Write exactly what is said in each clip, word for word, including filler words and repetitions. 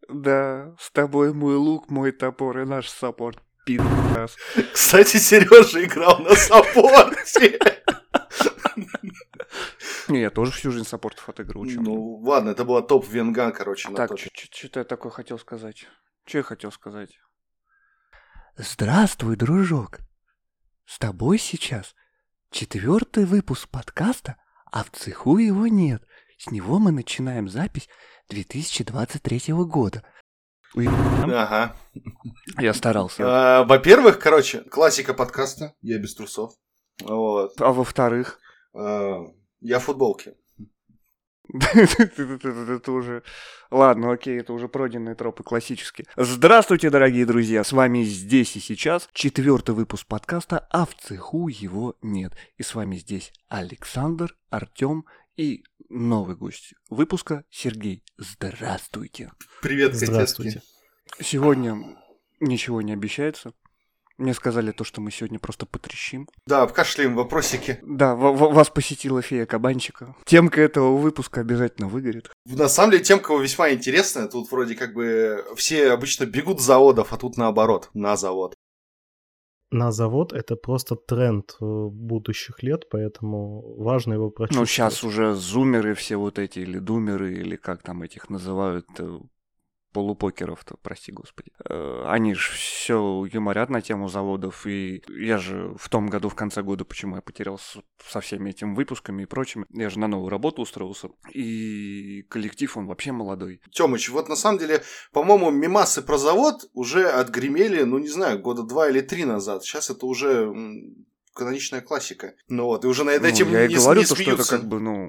Да, с тобой мой лук, мой топор и наш саппорт, пи***ас. Кстати, Сережа играл на саппорте. Не, я тоже всю жизнь саппортов отыгрывал. Ну, ладно, это была топ Венган, короче. Так, что-то я такое хотел сказать. Что я хотел сказать? Здравствуй, дружок. С тобой сейчас четвертый выпуск подкаста, а в цеху его нет. С него мы начинаем запись две тысячи двадцать третьего года. Ага. Я старался. А, во-первых, короче, классика подкаста. Я без трусов. Вот. А во-вторых? А, я в футболке. Это уже... Ладно, окей, это уже пройденные тропы классические. Здравствуйте, дорогие друзья! С вами здесь и сейчас четвертый выпуск подкаста, а в цеху его нет. И с вами здесь Александр, Артем и новый гость выпуска Сергей. Здравствуйте. Привет, Здравствуйте. Сегодня ничего не обещается. Мне сказали то, что мы сегодня просто потрещим. Да, обкашляем вопросики. Да, в- в- вас посетила фея кабанчика. Темка этого выпуска обязательно выгорит. На самом деле, темка весьма интересная. Тут вроде как бы все обычно бегут с заводов, а тут наоборот, на завод. На завод это просто тренд будущих лет, поэтому важно его прочувствовать. Ну, сейчас уже зумеры все вот эти, или думеры, или как там этих называют, полупокеров-то, прости господи. Они же все юморят на тему заводов, и я же в том году, в конце года, почему я потерялся со всеми этими выпусками и прочим, я же на новую работу устроился, и коллектив, он вообще молодой. Тёмыч, вот на самом деле, по-моему, мемасы про завод уже отгремели, ну, не знаю, года два или три назад. Сейчас это уже м, каноничная классика. Ну вот, и уже над этим ну, я не, и говорю, не то, что смеются. это как бы, ну...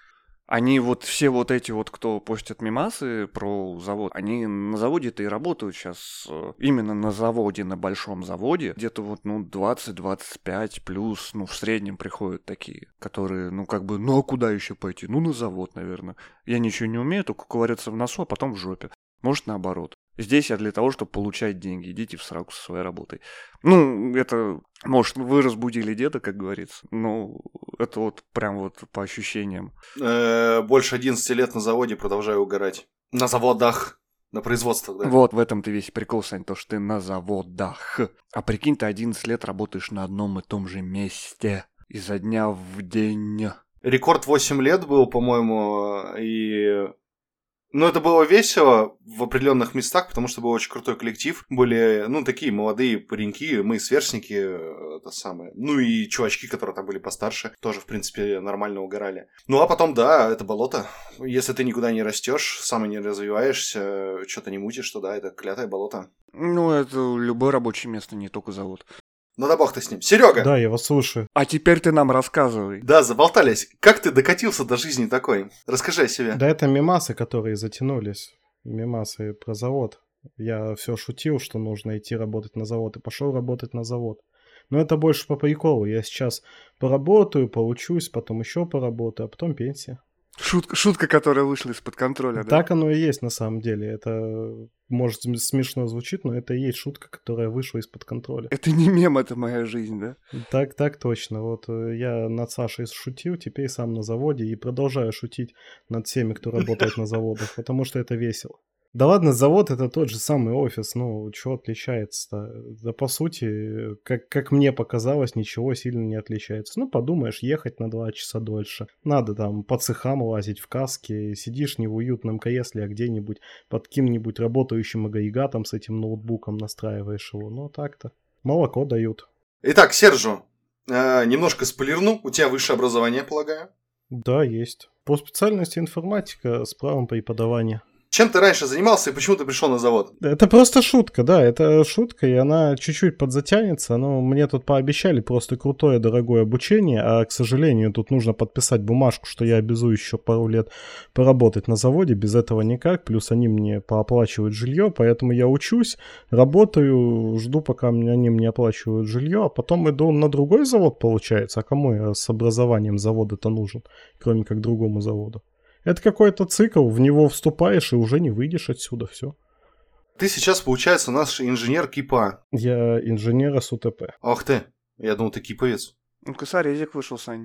Они вот все вот эти вот, кто постят мемасы про завод, они на заводе-то и работают сейчас. Именно на заводе, на большом заводе. Где-то вот, ну, двадцать-двадцать пять плюс, ну, в среднем приходят такие, которые, ну, как бы, ну, а куда еще пойти? Ну, на завод, наверное. Я ничего не умею, только ковыряться в носу, а потом в жопе. Может, наоборот. Здесь я для того, чтобы получать деньги. Идите в сраку со своей работой. Ну, это, может, вы разбудили деда, как говорится. Ну, это вот прям вот по ощущениям. Э, больше одиннадцати лет на заводе продолжаю угорать. На заводах. На производствах, да. Вот в этом-то весь прикол, Сань, то, что ты на заводах. А прикинь, ты одиннадцать лет работаешь на одном и том же месте. Изо дня в день. Рекорд восемь лет был, по-моему, и... Ну, это было весело в определенных местах, потому что был очень крутой коллектив. Были, ну, такие молодые пареньки, мы сверстники, это самое. Ну, и чувачки, которые там были постарше, тоже, в принципе, нормально угорали. Ну, а потом, да, это болото. Если ты никуда не растешь, сам и не развиваешься, что-то не мутишь, то да, это клятое болото. Ну, это любое рабочее место, не только завод. Ну да бог ты с ним. Серега! Да, я вас слушаю. А теперь ты нам рассказывай. Да, заболтались. Как ты докатился до жизни такой? Расскажи о себе. Да, это мемасы, которые затянулись. Мемасы про завод. Я все шутил, что нужно идти работать на завод, и пошел работать на завод. Но это больше по приколу. Я сейчас поработаю, поучусь, потом еще поработаю, а потом пенсия. Шутка, шутка, которая вышла из-под контроля, да? Так оно и есть на самом деле. Это, может, смешно звучит, но это и есть шутка, которая вышла из-под контроля. Это не мем, это моя жизнь, да? Так, так точно. Вот я над Сашей шутил, теперь сам на заводе и продолжаю шутить над всеми, кто работает на заводах, потому что это весело. Да ладно, завод это тот же самый офис, ну, что отличается-то? Да по сути, как, как мне показалось, ничего сильно не отличается. Ну, подумаешь, ехать на два часа дольше. Надо там по цехам лазить в каске, сидишь не в уютном кресле, а где-нибудь под каким-нибудь работающим агрегатом с этим ноутбуком настраиваешь его. Ну, так-то. Молоко дают. Итак, Сержу, э, немножко спойлерну. У тебя высшее образование, полагаю? Да, есть. По специальности информатика с правом преподавания. Чем ты раньше занимался и почему ты пришел на завод? Это просто шутка, да, это шутка, и она чуть-чуть подзатянется, но мне тут пообещали просто крутое, дорогое обучение, а, к сожалению, тут нужно подписать бумажку, что я обязуюсь еще пару лет поработать на заводе, без этого никак, плюс они мне пооплачивают жилье, поэтому я учусь, работаю, жду, пока они мне оплачивают жилье, а потом иду на другой завод, получается, а кому я с образованием завода-то нужен, кроме как другому заводу? Это какой-то цикл, в него вступаешь и уже не выйдешь отсюда, все. Ты сейчас, получается, наш инженер КИПа. Я инженер СУТП. Ах ты, я думал, ты киповец. Ну, косорезик вышел, Сань.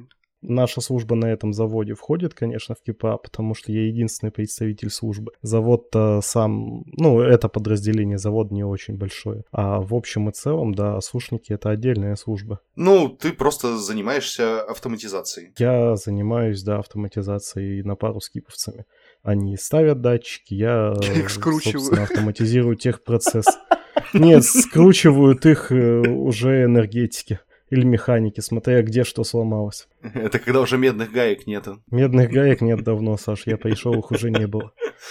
Наша служба на этом заводе входит, конечно, в КИПА, потому что я единственный представитель службы. Завод-то сам, ну, это подразделение, завод не очень большой. А в общем и целом, да, сушники — это отдельная служба. Ну, ты просто занимаешься автоматизацией. Я занимаюсь, да, автоматизацией на пару с киповцами. Они ставят датчики, я, Я их скручиваю. собственно, автоматизирую техпроцесс. Нет, скручивают их уже энергетики. Или механики, смотря где что сломалось. Это когда уже медных гаек нету. Медных гаек нет давно, Саш, я пришел, их уже не было.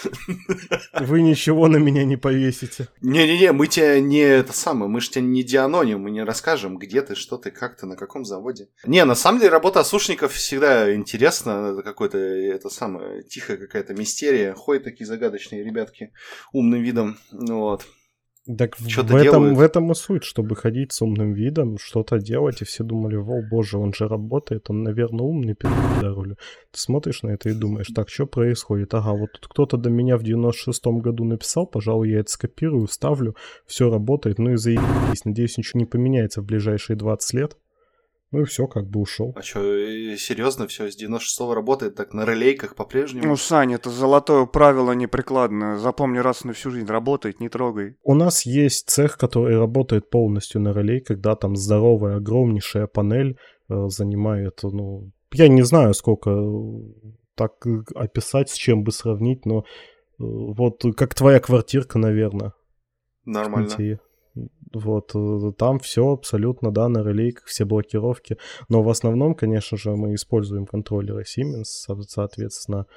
Вы ничего на меня не повесите. Не-не-не, мы тебя не это самое, мы же тебя не дианоним, мы не расскажем, где ты, что ты, как ты, на каком заводе. Не, на самом деле работа осушников всегда интересна, это какое-то, это самое, тихая какая-то мистерия, ходят такие загадочные ребятки умным видом, вот. Так Что-то в этом, делают. в этом и суть, чтобы ходить с умным видом, что-то делать, и все думали: о боже, он же работает, он, наверное, умный пидорулю. Ты смотришь на это и думаешь: так, что происходит? Ага, вот тут кто-то до меня в девяносто шестом году написал, пожалуй, я это скопирую, вставлю, все работает, ну и заебись, надеюсь, ничего не поменяется в ближайшие двадцать лет. Ну и все, как бы ушел. А что, серьезно, все с девяносто шестого работает так на релейках по-прежнему? Ну, Саня, это золотое правило неприкладное. Запомни раз на всю жизнь, работает, не трогай. У нас есть цех, который работает полностью на релей, когда там здоровая, огромнейшая панель э, занимает, ну, я не знаю, сколько э, так описать, с чем бы сравнить, но э, вот как твоя квартирка, наверное. Нормально. Кстати, вот, э, там все абсолютно, да, на релейках, все блокировки, но в основном, конечно же, мы используем контроллеры Siemens, со- соответственно,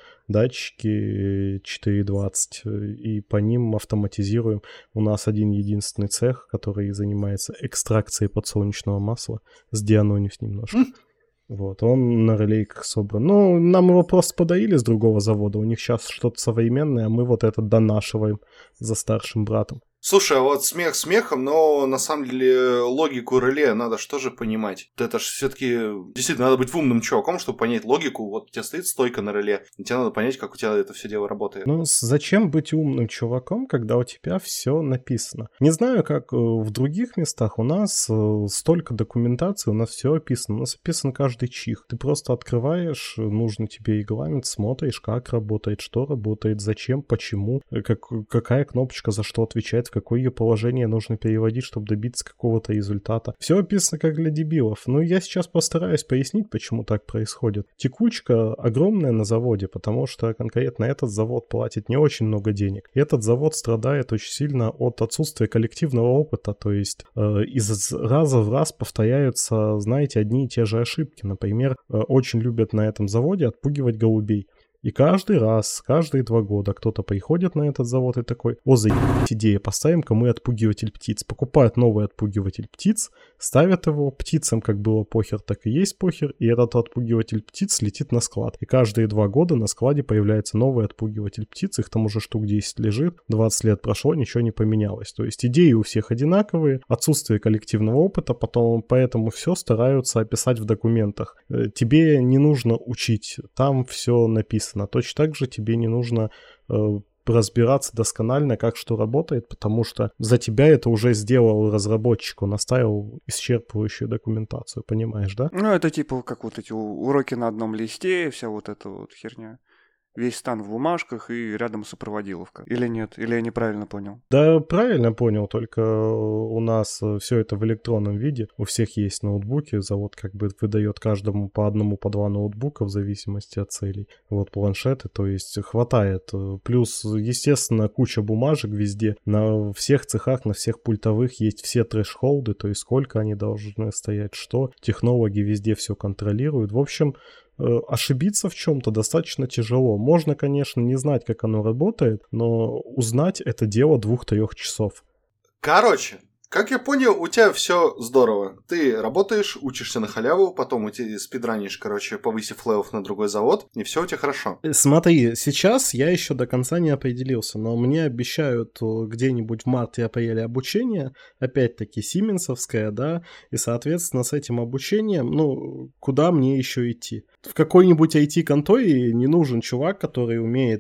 датчики четыре двадцать, э, и по ним автоматизируем. У нас один единственный цех, который занимается экстракцией подсолнечного масла, сдианонив немножко. Вот, он на релейках собран. Ну, нам его просто подарили с другого завода, у них сейчас что-то современное, а мы вот это донашиваем за старшим братом. Слушай, а вот смех смехом, но на самом деле логику реле надо что же понимать? Это же все-таки действительно надо быть умным чуваком, чтобы понять логику. Вот у тебя стоит стойка на реле, и тебе надо понять, как у тебя это все дело работает. Ну, с- зачем быть умным чуваком, когда у тебя все написано? Не знаю, как э, в других местах. У нас э, столько документации, у нас все описано. У нас описан каждый чих. Ты просто открываешь э, нужный тебе регламент, смотришь, как работает, что работает, зачем, почему, э, как, какая кнопочка за что отвечает, в какое ее положение нужно переводить, чтобы добиться какого-то результата. Все описано как для дебилов. Ну, я сейчас постараюсь пояснить, почему так происходит. Текучка огромная на заводе, потому что конкретно этот завод платит не очень много денег. И этот завод страдает очень сильно от отсутствия коллективного опыта, то есть э, из раза в раз повторяются, знаете, одни и те же ошибки. Например, э, очень любят на этом заводе отпугивать голубей. И каждый раз, каждые два года кто-то приходит на этот завод и такой: о, заебись, идея, поставим-ка мы отпугиватель птиц. Покупают новый отпугиватель птиц, ставят его, птицам как было похер, так и есть похер, и этот отпугиватель птиц летит на склад. И каждые два года на складе появляется новый отпугиватель птиц, их там уже штук десять лежит, двадцать лет прошло, ничего не поменялось. То есть идеи у всех одинаковые, отсутствие коллективного опыта, потом поэтому все стараются описать в документах. Э, Тебе не нужно учить, там все написано. Точно так же тебе не нужно э, разбираться досконально, как что работает, потому что за тебя это уже сделал разработчик, он оставил исчерпывающую документацию, понимаешь, да? Ну, это типа как вот эти у- уроки на одном листе, вся вот эта вот херня. Весь стан в бумажках и рядом сопроводиловка. Или нет? Или я неправильно понял? Да, правильно понял, только у нас все это в электронном виде, у всех есть ноутбуки, завод как бы выдает каждому по одному, по два ноутбука в зависимости от целей. Вот планшеты, то есть хватает. Плюс, естественно, куча бумажек везде, на всех цехах, на всех пультовых есть все трэш-холды, то есть сколько они должны стоять, что. Технологи везде все контролируют. В общем, ошибиться в чем-то достаточно тяжело. Можно, конечно, не знать, как оно работает, но узнать это дело двух-трех часов. Короче, как я понял, у тебя все здорово. Ты работаешь, учишься на халяву, потом у тебя спидранишь, короче, повысив левов на другой завод, и все у тебя хорошо. Смотри, сейчас я еще до конца не определился, но мне обещают где-нибудь в марте-апреле обучение, опять-таки сименсовское, да, и, соответственно, с этим обучением, ну, куда мне еще идти? В какой-нибудь ай ти-конторе не нужен чувак, который умеет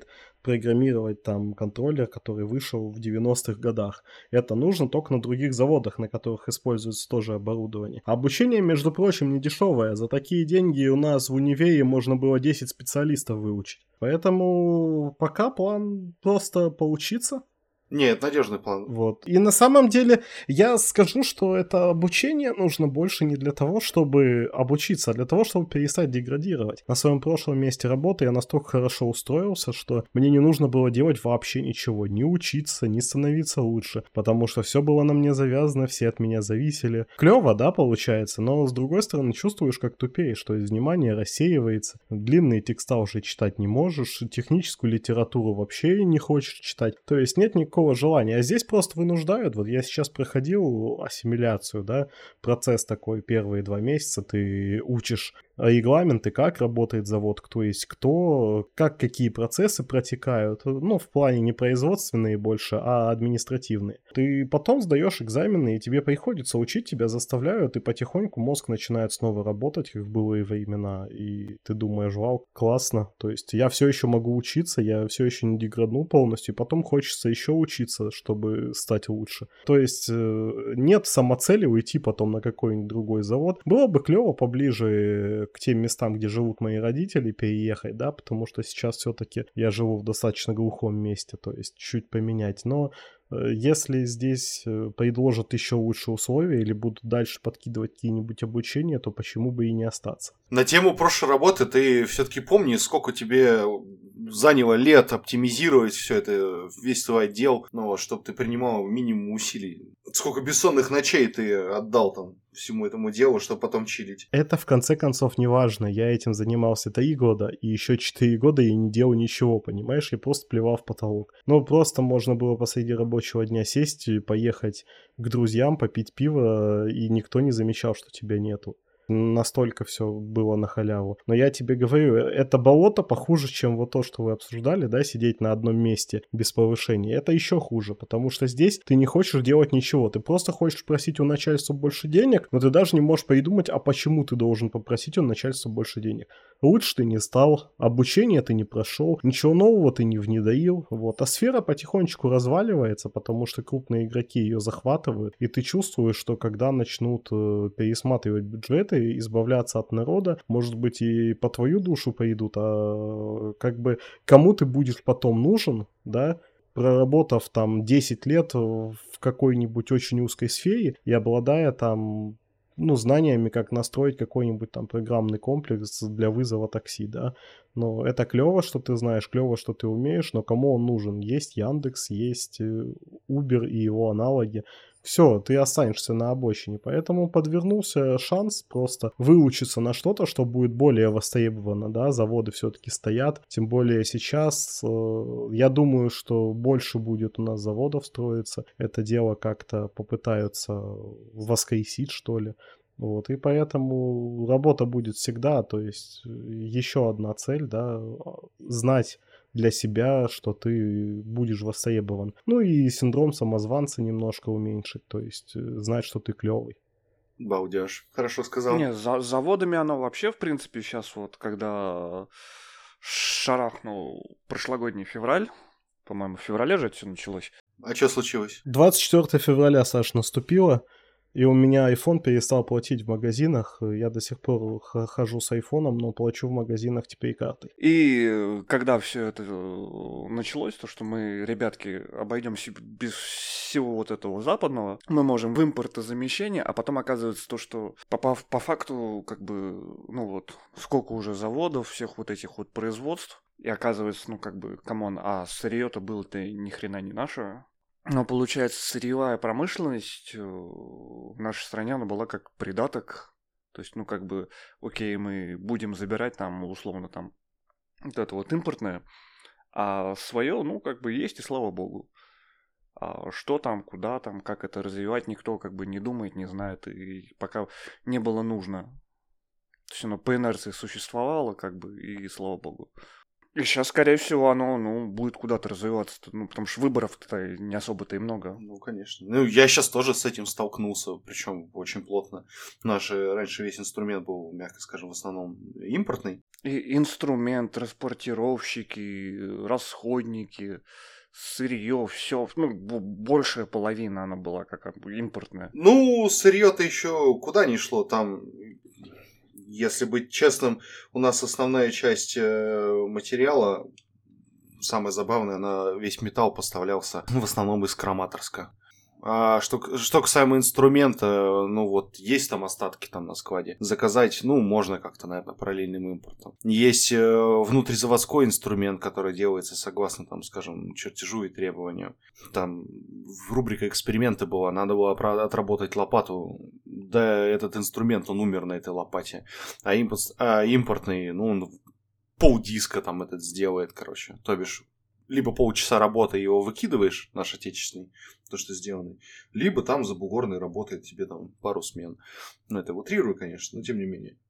программировать там контроллер, который вышел в девяностых годах. Это нужно только на других заводах, на которых используется тоже оборудование. А обучение, между прочим, не дешевое. За такие деньги у нас в универе можно было десять специалистов выучить. Поэтому пока план просто поучиться. Нет, надежный план. Вот. И на самом деле я скажу, что это обучение нужно больше не для того, чтобы обучиться, а для того, чтобы перестать деградировать. На своем прошлом месте работы я настолько хорошо устроился, что мне не нужно было делать вообще ничего. Не учиться, не становиться лучше. Потому что все было на мне завязано, все от меня зависели. Клево, да, получается, но с другой стороны чувствуешь, как тупеешь, то есть внимание рассеивается. Длинные текста уже читать не можешь, техническую литературу вообще не хочешь читать. То есть нет никакого желания. А здесь просто вынуждают. Вот я сейчас проходил ассимиляцию, да, процесс такой, первые два месяца ты учишь регламенты, как работает завод, кто есть кто, как какие процессы протекают, ну, в плане не производственные больше, а административные. Ты потом сдаешь экзамены, и тебе приходится учить, тебя заставляют, и потихоньку мозг начинает снова работать, как в былые времена, и ты думаешь, вау, классно, то есть я все еще могу учиться, я все еще не деградну полностью, и потом хочется еще учиться, чтобы стать лучше. То есть нет самоцели уйти потом на какой-нибудь другой завод. Было бы клево поближе к тем местам, где живут мои родители, переехать, да, потому что сейчас все-таки я живу в достаточно глухом месте, то есть чуть поменять, но если здесь предложат еще лучшие условия или будут дальше подкидывать какие-нибудь обучения, то почему бы и не остаться? На тему прошлой работы ты все-таки помни, сколько тебе заняло лет оптимизировать все это, весь твой отдел, ну, чтобы ты принимал минимум усилий. Сколько бессонных ночей ты отдал там всему этому делу, чтобы потом чилить. Это в конце концов не важно. Я этим занимался три года, и еще четыре года я не делал ничего, понимаешь? Я просто плевал в потолок. Ну, просто можно было посреди рабочего дня сесть и поехать к друзьям, попить пиво, и никто не замечал, что тебя нету. Настолько все было на халяву. Но я тебе говорю, это болото похуже, чем вот то, что вы обсуждали, да, сидеть на одном месте без повышения. Это еще хуже, потому что здесь ты не хочешь делать ничего. Ты просто хочешь просить у начальства больше денег, но ты даже не можешь придумать, а почему ты должен попросить у начальства больше денег. Лучше ты не стал, обучение ты не прошел, ничего нового ты не внедрил, вот. А сфера потихонечку разваливается, потому что крупные игроки ее захватывают, и ты чувствуешь, что когда начнут э, пересматривать бюджеты, избавляться от народа, может быть, и по твою душу пойдут, а как бы кому ты будешь потом нужен, да, проработав там десять лет в какой-нибудь очень узкой сфере и обладая там, ну, знаниями, как настроить какой-нибудь там программный комплекс для вызова такси, да. Но это клево, что ты знаешь, клево, что ты умеешь, но кому он нужен? Есть Яндекс, есть Uber и его аналоги. Все, ты останешься на обочине. Поэтому подвернулся шанс просто выучиться на что-то, что будет более востребовано, да, заводы все-таки стоят. Тем более сейчас, э, я думаю, что больше будет у нас заводов строиться. Это дело как-то попытаются воскресить, что ли. Вот, и поэтому работа будет всегда, то есть еще одна цель, да, знать для себя, что ты будешь востребован. Ну и синдром самозванца немножко уменьшить, то есть знать, что ты клевый. Балдеж. Хорошо сказал. Не, за заводами оно вообще, в принципе, сейчас вот, когда шарахнул прошлогодний февраль, по-моему, в феврале же это все началось. А что случилось? двадцать четвёртого февраля, Саш, наступило. И у меня iPhone перестал платить в магазинах. Я до сих пор хожу с айфоном, но плачу в магазинах теперь картой. И когда все это началось, то, что мы, ребятки, обойдемся без всего вот этого западного, мы можем в импортозамещение, а потом оказывается то, что попав по факту, как бы, ну вот, сколько уже заводов, всех вот этих вот производств, и оказывается, ну как бы, камон, а сырье-то было-то ни хрена не наше. Но, получается, сырьевая промышленность в нашей стране, она была как придаток. То есть, ну, как бы, окей, мы будем забирать там, условно, там, вот это вот импортное, а свое, ну, как бы, есть, и слава богу. А что там, куда там, как это развивать, никто, как бы, не думает, не знает, и пока не было нужно. То есть, оно по инерции существовало, как бы, и слава богу. И сейчас, скорее всего, оно, ну, будет куда-то развиваться, ну, потому что выборов-то не особо-то и много. Ну, конечно. Ну, я сейчас тоже с этим столкнулся, причем очень плотно. Наш раньше весь инструмент был, мягко скажем, в основном импортный. И инструмент, транспортировщики, расходники, сырье, все, ну, большая половина она была как бы импортная. Ну, сырье-то еще куда ни шло, там... Если быть честным, у нас основная часть материала, самое забавное, на весь металл поставлялся в основном из Краматорска. А что, что касаемо инструмента, ну вот, есть там остатки там на складе. Заказать, ну, можно как-то, наверное, параллельным импортом. Есть э, внутризаводской инструмент, который делается согласно, там, скажем, чертежу и требованиям. Там в рубрика «Эксперименты» была, надо было отработать лопату. Да, этот инструмент, он умер на этой лопате. А, импорт, а импортный, ну, он полдиска там этот сделает, короче. То бишь, либо полчаса работы его выкидываешь, наш отечественный, то, что сделанный, либо там забугорный работает тебе там пару смен. Ну, это утрирую, конечно, но тем не менее.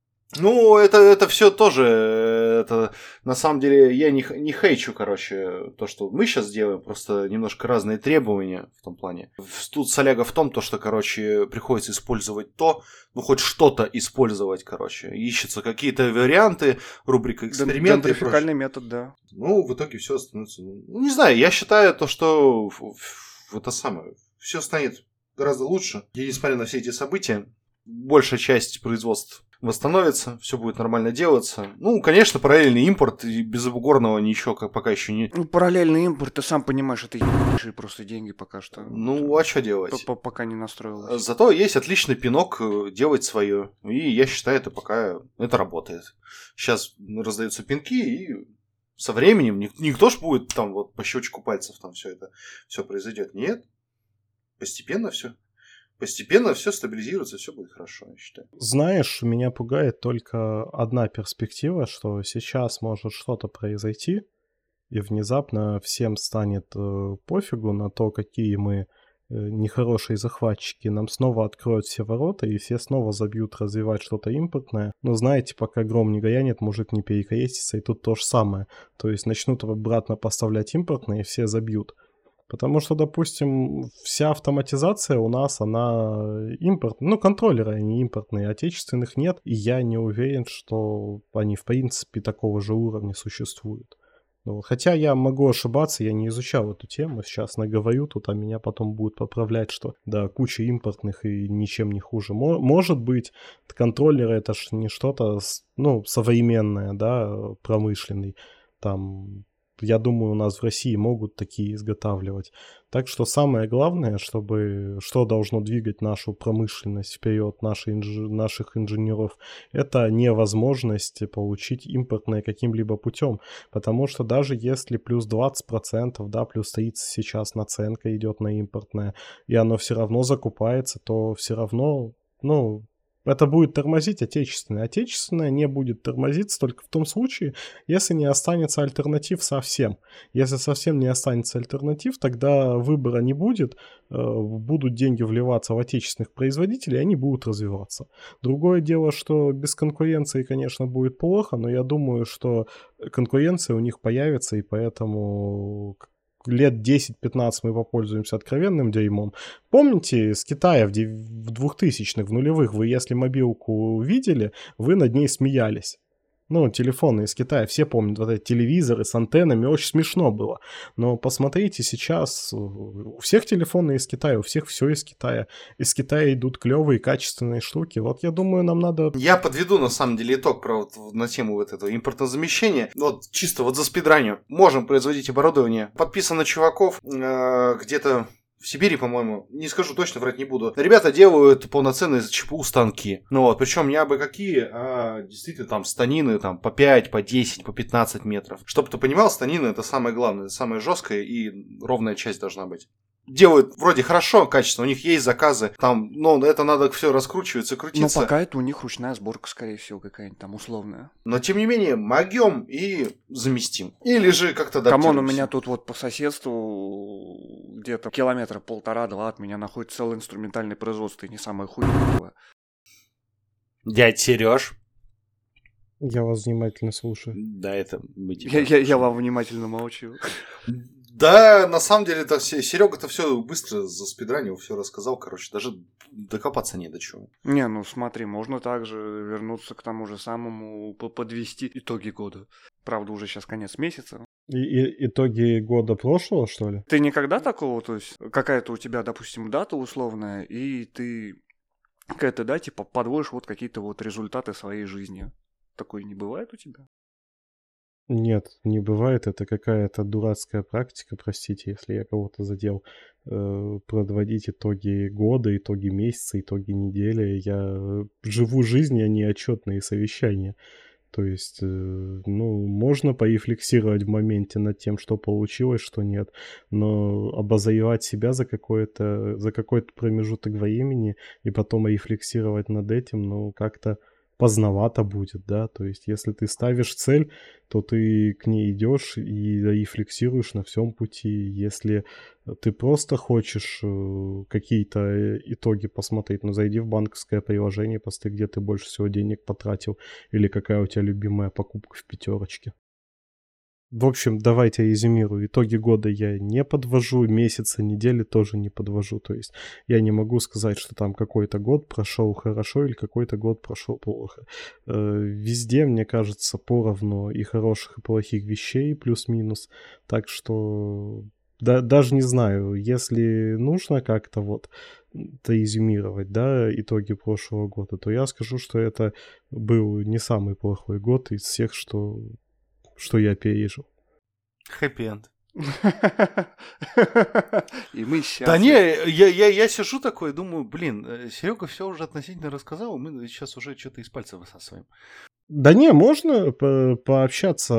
Ну, это, это все тоже, это, на самом деле, я не, не хейчу, короче, то, что мы сейчас делаем, просто немножко разные требования в том плане. Тут соляга в том, то, что, короче, приходится использовать то, ну, хоть что-то использовать, короче. Ищутся какие-то варианты, рубрика «Эксперименты». Дендрификальный метод, да. Ну, в итоге все становится... Ну, не знаю, я считаю то, что это самое, все станет гораздо лучше. И несмотря на все эти события, большая часть производств восстановится, все будет нормально делаться. Ну, конечно, параллельный импорт, и без обугорного ничего как пока еще не... Ну, параллельный импорт, ты сам понимаешь, это ебучие просто деньги пока что. Ну, а что делать? Пока не настроилось. Зато есть отличный пинок делать свое. И я считаю, это пока это работает. Сейчас раздаются пинки, и со временем никто ж будет там вот по щелчку пальцев там все это все произойдет. Нет. Постепенно все. Постепенно все стабилизируется, все будет хорошо, я считаю. Знаешь, меня пугает только одна перспектива, что сейчас может что-то произойти, и внезапно всем станет э, пофигу на то, какие мы э, нехорошие захватчики. Нам снова откроют все ворота, и все снова забьют развивать что-то импортное. Но знаете, пока гром не гаянет, мужик не перекрестится, и тут то же самое. То есть начнут обратно поставлять импортное, и все забьют. Потому что, допустим, вся автоматизация у нас, она импортная. Ну, контроллеры, они импортные, отечественных нет. И я не уверен, что они, в принципе, такого же уровня существуют. Ну, хотя я могу ошибаться, я не изучал эту тему. Сейчас наговорю тут, а меня потом будут поправлять, что да, куча импортных и ничем не хуже. Может быть, контроллеры это ж не что-то, ну, современное, да, промышленный. Там... Я думаю, у нас в России могут такие изготавливать. Так что самое главное, чтобы что должно двигать нашу промышленность вперед, наши инж... наших инженеров, это невозможность получить импортное каким-либо путем. Потому что даже если плюс двадцать процентов, да, плюс тридцать сейчас наценка идет на импортное, и оно все равно закупается, то все равно, ну... Это будет тормозить отечественное. Отечественное не будет тормозиться только в том случае, если не останется альтернатив совсем. Если совсем не останется альтернатив, тогда выбора не будет. Будут деньги вливаться в отечественных производителей, и они будут развиваться. Другое дело, что без конкуренции, конечно, будет плохо, но я думаю, что конкуренция у них появится, и поэтому... лет десять-пятнадцать мы попользуемся откровенным дерьмом. Помните, с Китая в двухтысячных, в нулевых, вы если мобилку видели, вы над ней смеялись. Ну, телефоны из Китая, все помнят, вот эти телевизоры с антеннами, очень смешно было. Но посмотрите, сейчас у всех телефоны из Китая, у всех все из Китая. Из Китая идут клевые, качественные штуки. Вот я думаю, нам надо... Я подведу, на самом деле, итог про вот, на тему вот этого импортозамещения. Вот чисто вот за спидранью. Можем производить оборудование. Подписано чуваков э, где-то... В Сибири, по-моему, не скажу точно, врать не буду. Ребята делают полноценные ЧПУ станки. Ну вот, причем не абы какие, а действительно там станины там по пять, по десять, по пятнадцать метров. Чтобы ты понимал, станины это самое главное, это самая жесткая и ровная часть должна быть. Делают вроде хорошо, качественно, у них есть заказы, там, но это надо все раскручиваться, крутиться. Но пока это у них ручная сборка, скорее всего, какая-нибудь там условная. Но, тем не менее, могем и заместим. Или же как-то адаптируемся. Камон, у меня тут вот по соседству где-то километра полтора-два от меня находится целое инструментальное производство, и не самое хуевое. Дядь Серёж. Я вас внимательно слушаю. Да, это мы тебя Я, я, я слушаем. вам внимательно молчу. Да, на самом деле, это все. Серега-то все быстро заспидранил, все рассказал, короче, даже докопаться не до чего. Не, ну смотри, можно также вернуться к тому же самому, по- подвести итоги года. Правда, уже сейчас конец месяца. И, и- итоги года прошлого, что ли? Ты никогда такого, то есть какая-то у тебя, допустим, дата условная, и ты к этой дате по- подводишь вот какие-то вот результаты своей жизни. Такое не бывает у тебя? Нет, не бывает. Это какая-то дурацкая практика, простите, если я кого-то задел. э, Подводить итоги года, итоги месяца, итоги недели. Я э, живу жизнь, а не отчетные совещания. То есть, э, ну, можно порефлексировать в моменте над тем, что получилось, что нет, но обозревать себя за какой-то, за какой-то промежуток времени и потом рефлексировать над этим, ну, как-то поздновато будет, да, то есть если ты ставишь цель, то ты к ней идешь и рефлексируешь на всем пути. Если ты просто хочешь э, какие-то э, итоги посмотреть, ну, зайди в банковское приложение, посмотри, где ты больше всего денег потратил, или какая у тебя любимая покупка в пятерочке. В общем, давайте резюмирую. Итоги года я не подвожу, месяца, недели тоже не подвожу. То есть я не могу сказать, что там какой-то год прошел хорошо или какой-то год прошел плохо. Э, Везде, мне кажется, поровну и хороших, и плохих вещей, плюс-минус. Так что да, даже не знаю, если нужно как-то вот резюмировать, да, итоги прошлого года, то я скажу, что это был не самый плохой год из всех, что что я пережил. Хэппи-энд. И мы сейчас... Да не, я, я, я сижу такой, думаю, блин, Серега все уже относительно рассказал, мы сейчас уже что-то из пальца высасываем. Да не, можно по- пообщаться,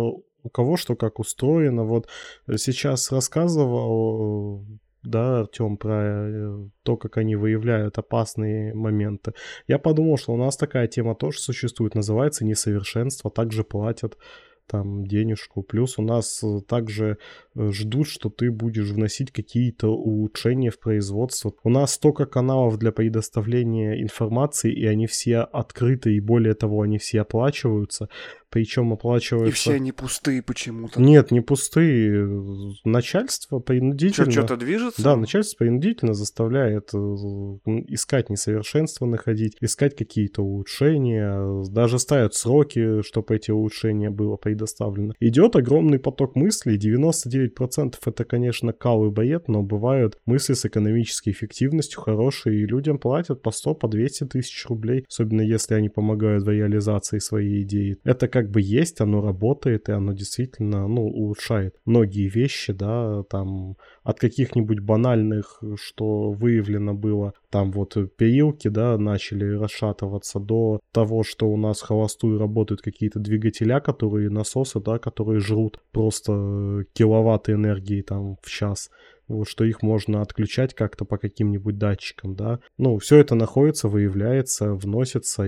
у кого что как устроено. Вот сейчас рассказывал, да, Артем, про э, то, как они выявляют опасные моменты. Я подумал, что у нас такая тема тоже существует, называется несовершенство, также платят там денежку. Плюс у нас э, также э, ждут, что ты будешь вносить какие-то улучшения в производство. У нас столько каналов для предоставления информации, и они все открыты, и более того, они все оплачиваются. Причем И оплачиваются... все они пустые почему-то. Нет, не пустые. Начальство принудительно... Что-то движется? Да, начальство принудительно заставляет э, искать несовершенства, находить, искать какие-то улучшения, даже ставят сроки, чтобы эти улучшения было предоставлено. Идет огромный поток мыслей, девяносто девять процентов это, конечно, кал и боед, но бывают мысли с экономической эффективностью хорошие, и людям платят по сто, по двести тысяч рублей, особенно если они помогают в реализации своей идеи. Это как бы есть, оно работает, и оно действительно, ну, улучшает многие вещи, да, там, от каких-нибудь банальных, что выявлено было, там вот перилки, да, начали расшатываться, до того, что у нас в холостую работают какие-то двигателя, которые насосы, да, которые жрут просто киловатты энергии там в час. Вот, что их можно отключать как-то по каким-нибудь датчикам, да. Ну, все это находится, выявляется, вносится,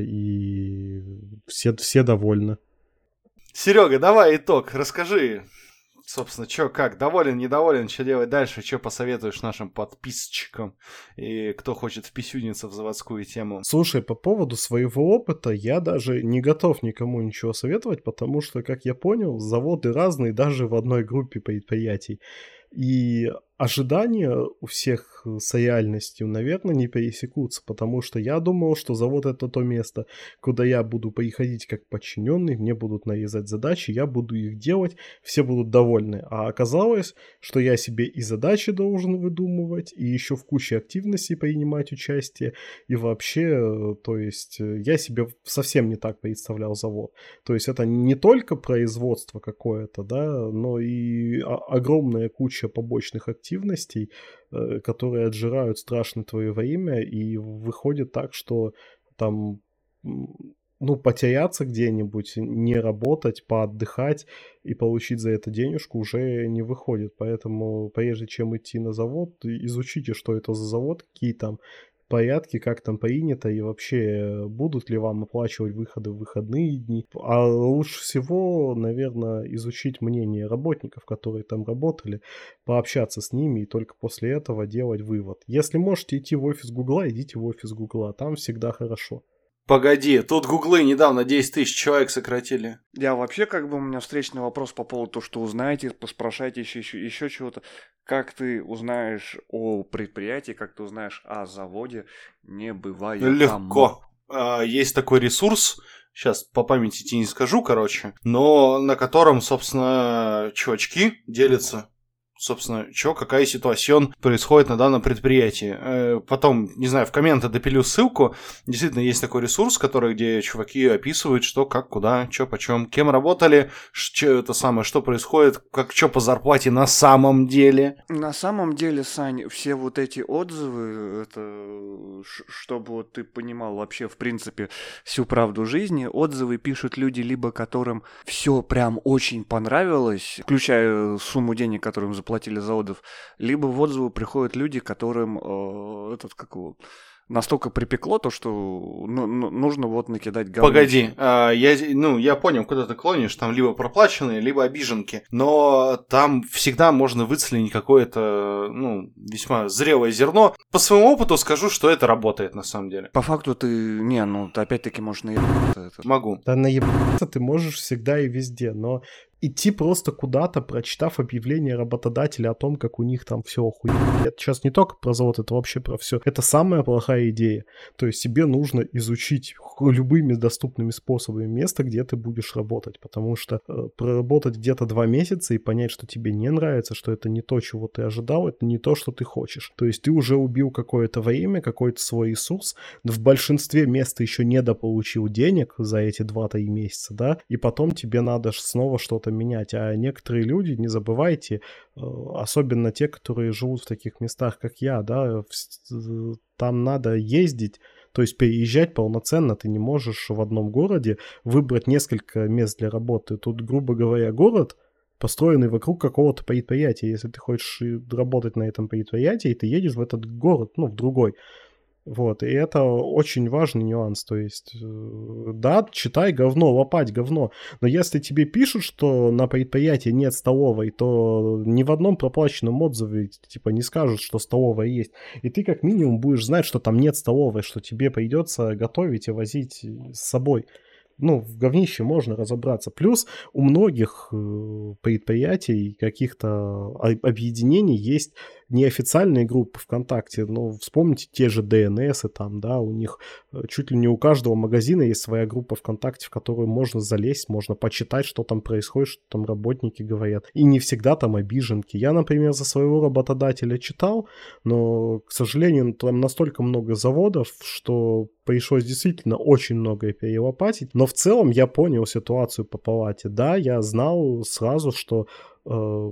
и все, все довольны. Серега, давай итог, расскажи, собственно, что, как, доволен, недоволен, что делать дальше, что посоветуешь нашим подписчикам и кто хочет вписюниться в заводскую тему. Слушай, по поводу своего опыта я даже не готов никому ничего советовать, потому что, как я понял, заводы разные даже в одной группе предприятий. И ожидания у всех с реальностью, наверное, не пересекутся, потому что я думал, что завод это то место, куда я буду приходить как подчиненный, мне будут нарезать задачи, я буду их делать, все будут довольны. А оказалось, что я себе и задачи должен выдумывать, и еще в куче активностей принимать участие, и вообще, то есть, я себе совсем не так представлял завод. То есть это не только производство какое-то, да, но и огромная куча побочных активностей, э, которые отжирают страшно твое время, и выходит так, что там, ну, потеряться где-нибудь, не работать, поотдыхать и получить за это денежку уже не выходит. Поэтому прежде чем идти на завод, изучите, что это за завод, какие там порядки, как там принято, и вообще будут ли вам оплачивать выходы в выходные дни. А лучше всего, наверное, изучить мнение работников, которые там работали, пообщаться с ними и только после этого делать вывод. Если можете идти в офис Гугла, идите в офис Гугла, там всегда хорошо. Погоди, тут гуглы недавно десять тысяч человек сократили. Я вообще, как бы, у меня встречный вопрос по поводу того, что узнаете, поспрашайте еще, еще, еще чего-то. Как ты узнаешь о предприятии, как ты узнаешь о заводе, не бывает Легко. Там. Есть такой ресурс, сейчас по памяти тебе не скажу, короче, но на котором, собственно, чувачки делятся. Собственно, что, какая ситуация происходит на данном предприятии. Потом, не знаю, в комменты допилю ссылку. Действительно, есть такой ресурс, который, где чуваки описывают, что, как, куда, что, почем, кем работали, что это самое, что происходит, как, что по зарплате на самом деле. На самом деле, Сань, все вот эти отзывы, это, чтобы вот ты понимал вообще, в принципе, всю правду жизни, отзывы пишут люди, либо которым все прям очень понравилось, включая сумму денег, которым заплатили, платили заводов, либо в отзывы приходят люди, которым э, этот, как его, настолько припекло то, что ну, ну, нужно вот накидать говно. Погоди, а, я, ну, я понял, куда ты клонишь, там либо проплаченные, либо обиженки, но там всегда можно выцелить какое-то, ну, весьма зрелое зерно. По своему опыту скажу, что это работает на самом деле. По факту ты, не, ну, ты опять-таки можешь наебаться. Это. Могу. Да наебаться ты можешь всегда и везде, но идти просто куда-то, прочитав объявление работодателя о том, как у них там все охуенно. Это сейчас не только про завод, это вообще про все. Это самая плохая идея. То есть тебе нужно изучить любыми доступными способами место, где ты будешь работать. Потому что э, проработать где-то два месяца и понять, что тебе не нравится, что это не то, чего ты ожидал, это не то, что ты хочешь. То есть ты уже убил какое-то время, какой-то свой ресурс. В большинстве мест ты еще недополучил денег за эти два-три месяца, да, и потом тебе надо снова что-то менять. А некоторые люди, не забывайте, особенно те, которые живут в таких местах, как я, да, там надо ездить, то есть переезжать полноценно. Ты не можешь в одном городе выбрать несколько мест для работы. Тут, грубо говоря, город, построенный вокруг какого-то предприятия. Если ты хочешь работать на этом предприятии, ты едешь в этот город, ну, в другой. Вот, и это очень важный нюанс, то есть, да, читай говно, лопать говно, но если тебе пишут, что на предприятии нет столовой, то ни в одном проплаченном отзыве, типа, не скажут, что столовая есть, и ты как минимум будешь знать, что там нет столовой, что тебе придется готовить и возить с собой. Ну, в говнище можно разобраться. Плюс у многих предприятий, каких-то объединений есть неофициальные группы ВКонтакте. Но вспомните те же ДНС, и там, да, у них чуть ли не у каждого магазина есть своя группа ВКонтакте, в которую можно залезть, можно почитать, что там происходит, что там работники говорят. И не всегда там обиженки. Я, например, за своего работодателя читал, но, к сожалению, там настолько много заводов, что пришлось действительно очень многое перелопатить. Но в целом я понял ситуацию по палате. Да, я знал сразу, что э,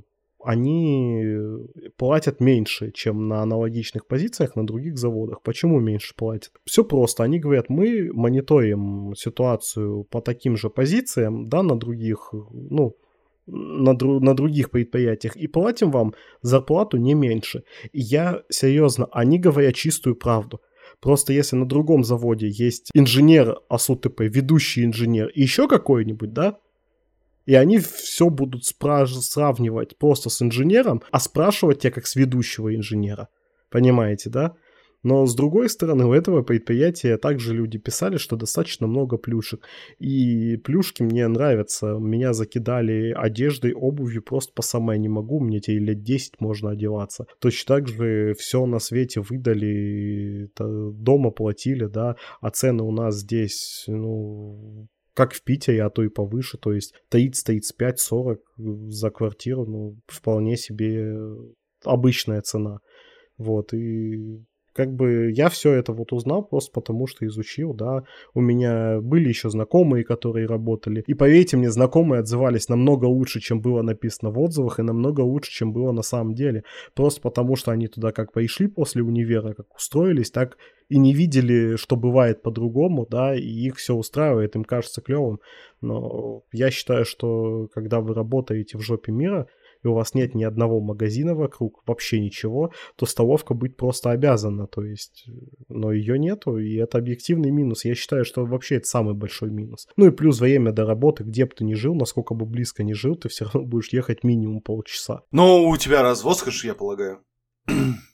они платят меньше, чем на аналогичных позициях на других заводах. Почему меньше платят? Все просто. Они говорят, мы мониторим ситуацию по таким же позициям, да, на других, ну, на, дру- на других предприятиях, и платим вам зарплату не меньше. И я, серьезно, они говорят чистую правду. Просто если на другом заводе есть инженер АСУТП, ведущий инженер и еще какой-нибудь, да, и они все будут спра- сравнивать просто с инженером, а спрашивать тебя как с ведущего инженера. Понимаете, да? Но с другой стороны, у этого предприятия также люди писали, что достаточно много плюшек. И плюшки мне нравятся. Меня закидали одеждой, обувью просто по самое не могу. Мне теперь лет десять можно одеваться. Точно так же все на свете выдали, дома платили, да. А цены у нас здесь, ну, как в Питере, а то и повыше. То есть тридцать, тридцать пять, сорок за квартиру, ну, вполне себе обычная цена. Вот, и... Как бы я все это вот узнал просто потому, что изучил, да. У меня были еще знакомые, которые работали. И поверьте мне, знакомые отзывались намного лучше, чем было написано в отзывах, и намного лучше, чем было на самом деле. Просто потому, что они туда как пришли после универа, как устроились, так и не видели, что бывает по-другому, да, и их все устраивает, им кажется клевым. Но я считаю, что когда вы работаете в жопе мира, и у вас нет ни одного магазина вокруг, вообще ничего, то столовка быть просто обязана, то есть, но ее нету, и это объективный минус. Я считаю, что вообще это самый большой минус. Ну и плюс время до работы, где бы ты ни жил, насколько бы близко ни жил, ты все равно будешь ехать минимум полчаса. Ну, у тебя развоз, конечно, я полагаю.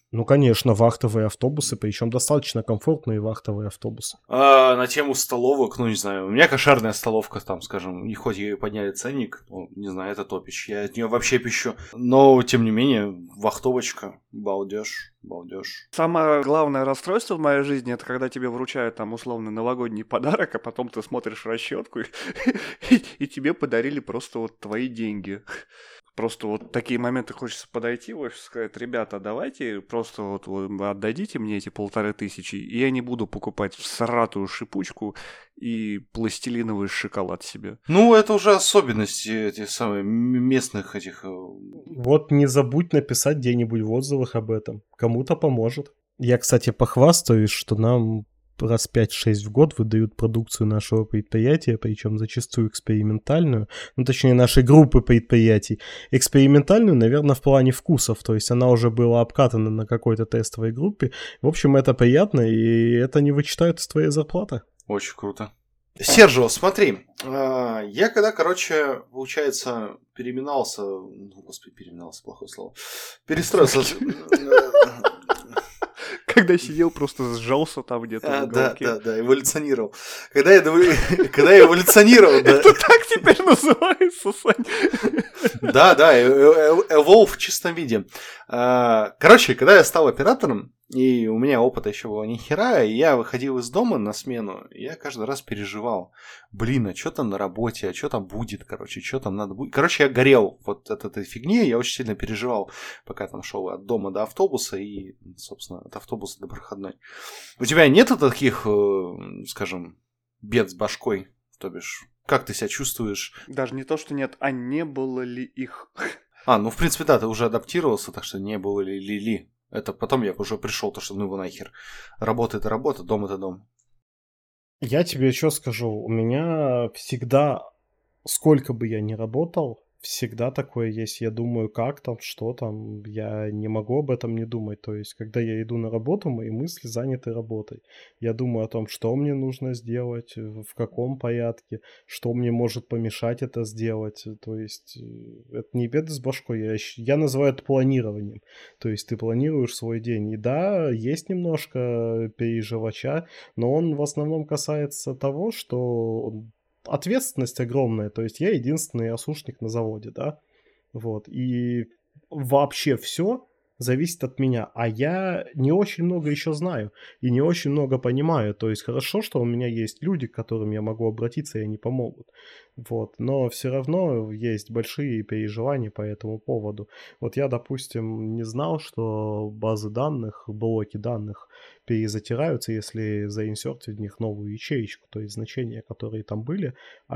Ну, конечно, вахтовые автобусы, причем достаточно комфортные вахтовые автобусы. А, на тему столовок, ну, не знаю, у меня кошерная столовка, там, скажем, и хоть ей подняли ценник, ну, не знаю, это топич, я от нее вообще пищу, но, тем не менее, вахтовочка, балдеж, балдеж. Самое главное расстройство в моей жизни — это когда тебе вручают там условно новогодний подарок, а потом ты смотришь расчетку, и, и, и тебе подарили просто вот твои деньги. Просто вот такие моменты хочется подойти в офис и сказать: ребята, давайте просто вот вы отдадите мне эти полторы тысячи, и я не буду покупать всратую шипучку и пластилиновый шоколад себе. Ну, это уже особенности этих самых местных этих... Вот не забудь написать где-нибудь в отзывах об этом. Кому-то поможет. Я, кстати, похвастаюсь, что нам раз пять-шесть в год выдают продукцию нашего предприятия, причем зачастую экспериментальную, ну, точнее, нашей группы предприятий. Экспериментальную, наверное, в плане вкусов, то есть она уже была обкатана на какой-то тестовой группе. В общем, это приятно, и это не вычитают из твоей зарплаты. Очень круто. Сержио, смотри, я когда, короче, получается, переименовался, ну, господи, переименовался, плохое слово, перестроился... Когда сидел, просто сжался там где-то а, в уголке. Да, да, да, эволюционировал. Когда я, когда я эволюционировал... да. Это так теперь называется, Сань. Да, да, evolve в чистом виде. Короче, когда я стал оператором, и у меня опыта еще было ни хера, и я выходил из дома на смену, и я каждый раз переживал. Блин, а что там на работе, а что там будет, короче, что там надо будет. Короче, я горел вот от этой фигни, я очень сильно переживал, пока там шел от дома до автобуса и, собственно, от автобуса до проходной. У тебя нету таких, скажем, бед с башкой, то бишь, как ты себя чувствуешь? Даже не то, что нет, а не было ли их? А, ну, в принципе, да, ты уже адаптировался, так что не было ли ли-ли. Это потом я уже пришел, то что ну его нахер. Работа это работа, дом это дом. Я тебе еще скажу, у меня всегда, сколько бы я ни работал, всегда такое есть. Я думаю, как там, что там, я не могу об этом не думать. То есть, когда я иду на работу, мои мысли заняты работой. Я думаю о том, что мне нужно сделать, в каком порядке, что мне может помешать это сделать. То есть, это не беды с башкой, я, я называю это планированием. То есть, ты планируешь свой день. И да, есть немножко переживача, но он в основном касается того, что... ответственность огромная, то есть я единственный осушник на заводе, да, вот, и вообще все зависит от меня, а я не очень много еще знаю и не очень много понимаю, то есть хорошо, что у меня есть люди, к которым я могу обратиться, и они помогут, вот, но все равно есть большие переживания по этому поводу. Вот я, допустим, не знал, что базы данных, блоки данных перезатираются, если заинсертить в них новую ячеечку, то есть значения, которые там были,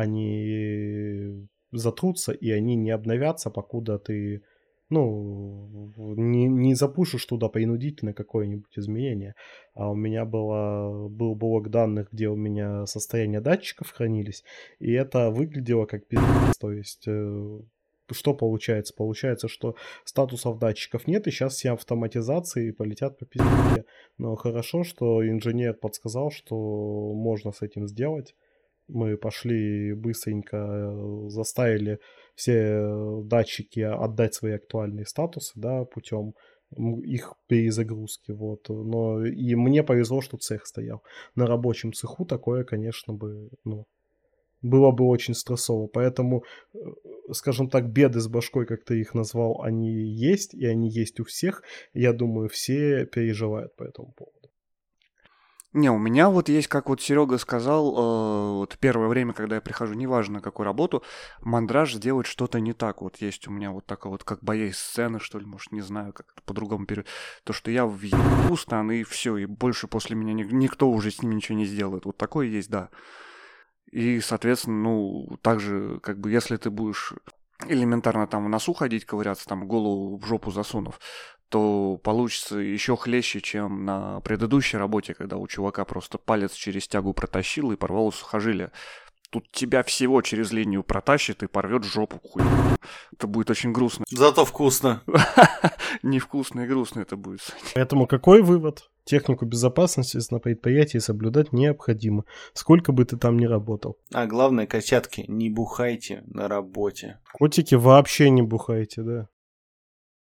они затрутся, и они не обновятся, покуда ты, ну, не, не запушишь туда принудительно какое-нибудь изменение. А у меня было, был блок данных, где у меня состояние датчиков хранились, и это выглядело как пиздец, то есть... Что получается? Получается, что статусов датчиков нет, и сейчас все автоматизации полетят по пизде. Но хорошо, что инженер подсказал, что можно с этим сделать. Мы пошли быстренько, заставили все датчики отдать свои актуальные статусы, да, путем их перезагрузки, вот. Но и мне повезло, что цех стоял. На рабочем цеху такое, конечно, бы, ну, было бы очень стрессово. Поэтому, скажем так, беды с башкой, как ты их назвал, они есть, и они есть у всех. Я думаю, все переживают по этому поводу. Не, у меня вот есть, как вот Серега сказал, э, вот первое время, когда я прихожу, неважно на какую работу, мандраж сделать что-то не так. Вот есть у меня вот такая вот, как боязнь сцены, что ли, может, не знаю, как это по-другому перевести. То, что я въебу стан, и все, и больше после меня ни- никто уже с ними ничего не сделает. Вот такое есть, да. И, соответственно, ну, также, как бы, если ты будешь элементарно там в носу ходить, ковыряться, там, голову в жопу засунув, то получится еще хлеще, чем на предыдущей работе, когда у чувака просто палец через тягу протащил и порвал сухожилие. Тут тебя всего через линию протащит и порвет жопу, хуй. Это будет очень грустно. Зато вкусно. Невкусно и грустно это будет. Поэтому какой вывод? Технику безопасности на предприятии соблюдать необходимо, сколько бы ты там ни работал. А главное, котятки, не бухайте на работе. Котики вообще не бухайте, да.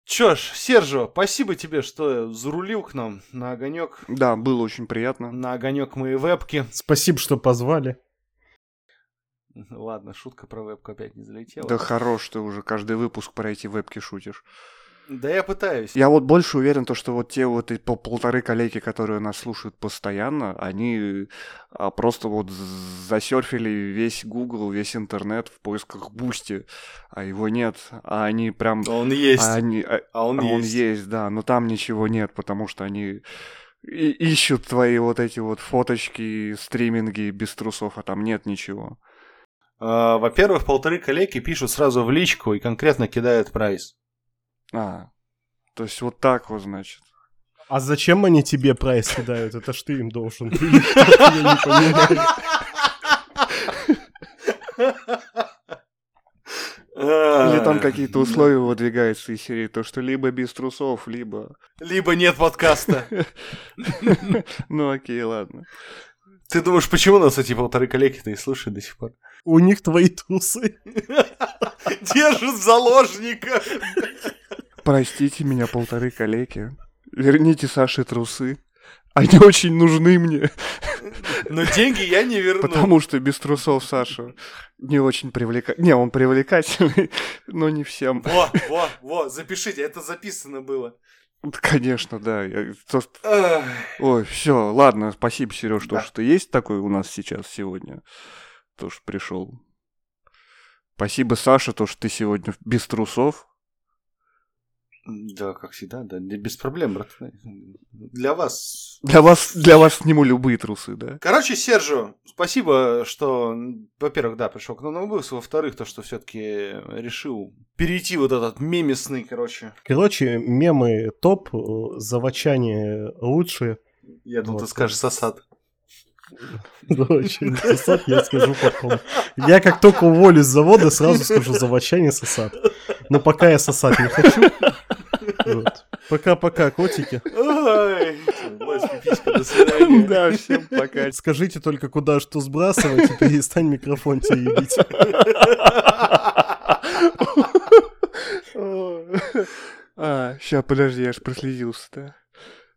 Чё ж, Сержо, спасибо тебе, что зарулил к нам на огонек. Да, было очень приятно. На огонек моей вебки. Спасибо, что позвали. Ладно, шутка про вебку опять не залетела. Да хорош, ты уже каждый выпуск про эти вебки шутишь. Да я пытаюсь. Я вот больше уверен, то, что вот те вот и пол- полторы коллеги, которые нас слушают постоянно, они а, просто вот засерфили весь Google, весь интернет в поисках Бусти, а его нет, а они прям... А он есть. А, они, а, А он а он есть. есть, да, но там ничего нет, потому что они и- ищут твои вот эти вот фоточки, стриминги без трусов, а там нет ничего. А, во-первых, полторы коллеги пишут сразу в личку и конкретно кидают прайс. А, то есть вот так вот, значит. А зачем они тебе прайс кидают? Это ж ты им должен. Ты я не понимаю. Или там какие-то условия выдвигаются из серии, то, что либо без трусов, либо... Либо нет подкаста. Ну окей, ладно. Ты думаешь, почему нас эти полторы коллеги-то и слушают до сих пор? У них твои трусы. Держат в заложниках. Простите меня, полторы коллеги. Верните Саше трусы. Они очень нужны мне. Но деньги я не верну. Потому что без трусов Саша не очень привлекательный. Не, он привлекательный, но не всем. Во, во, во, запишите, это записано было. Конечно, да. Я... то- Ах. Ой, все, ладно, спасибо, Сереж, Да. что ты есть такой у нас сейчас сегодня. То, что пришел. Спасибо, Саша, то, что ты сегодня без трусов. Да, как всегда, да, не- без проблем, брат. Для вас. Для вас, для вас сниму любые трусы, да? Короче, Сержу, спасибо, что, во-первых, да, пришел к нам на выпуск, во-вторых, то, что все-таки решил перейти вот этот мемесный, короче. Короче, мемы топ, э, заводчане лучшие. Я думал, Вот. ты скажешь сосад. Заводчане сосад, я скажу потом. Я как только уволюсь с завода, сразу скажу заводчане сосад. Но пока я сосать не хочу. Вот. Пока-пока, котики. Ой, власть, пиписька, до свидания. Да, всем пока. Скажите только, куда что сбрасывать, и перестань микрофон теребить. А, ща, подожди, я ж проследился, да?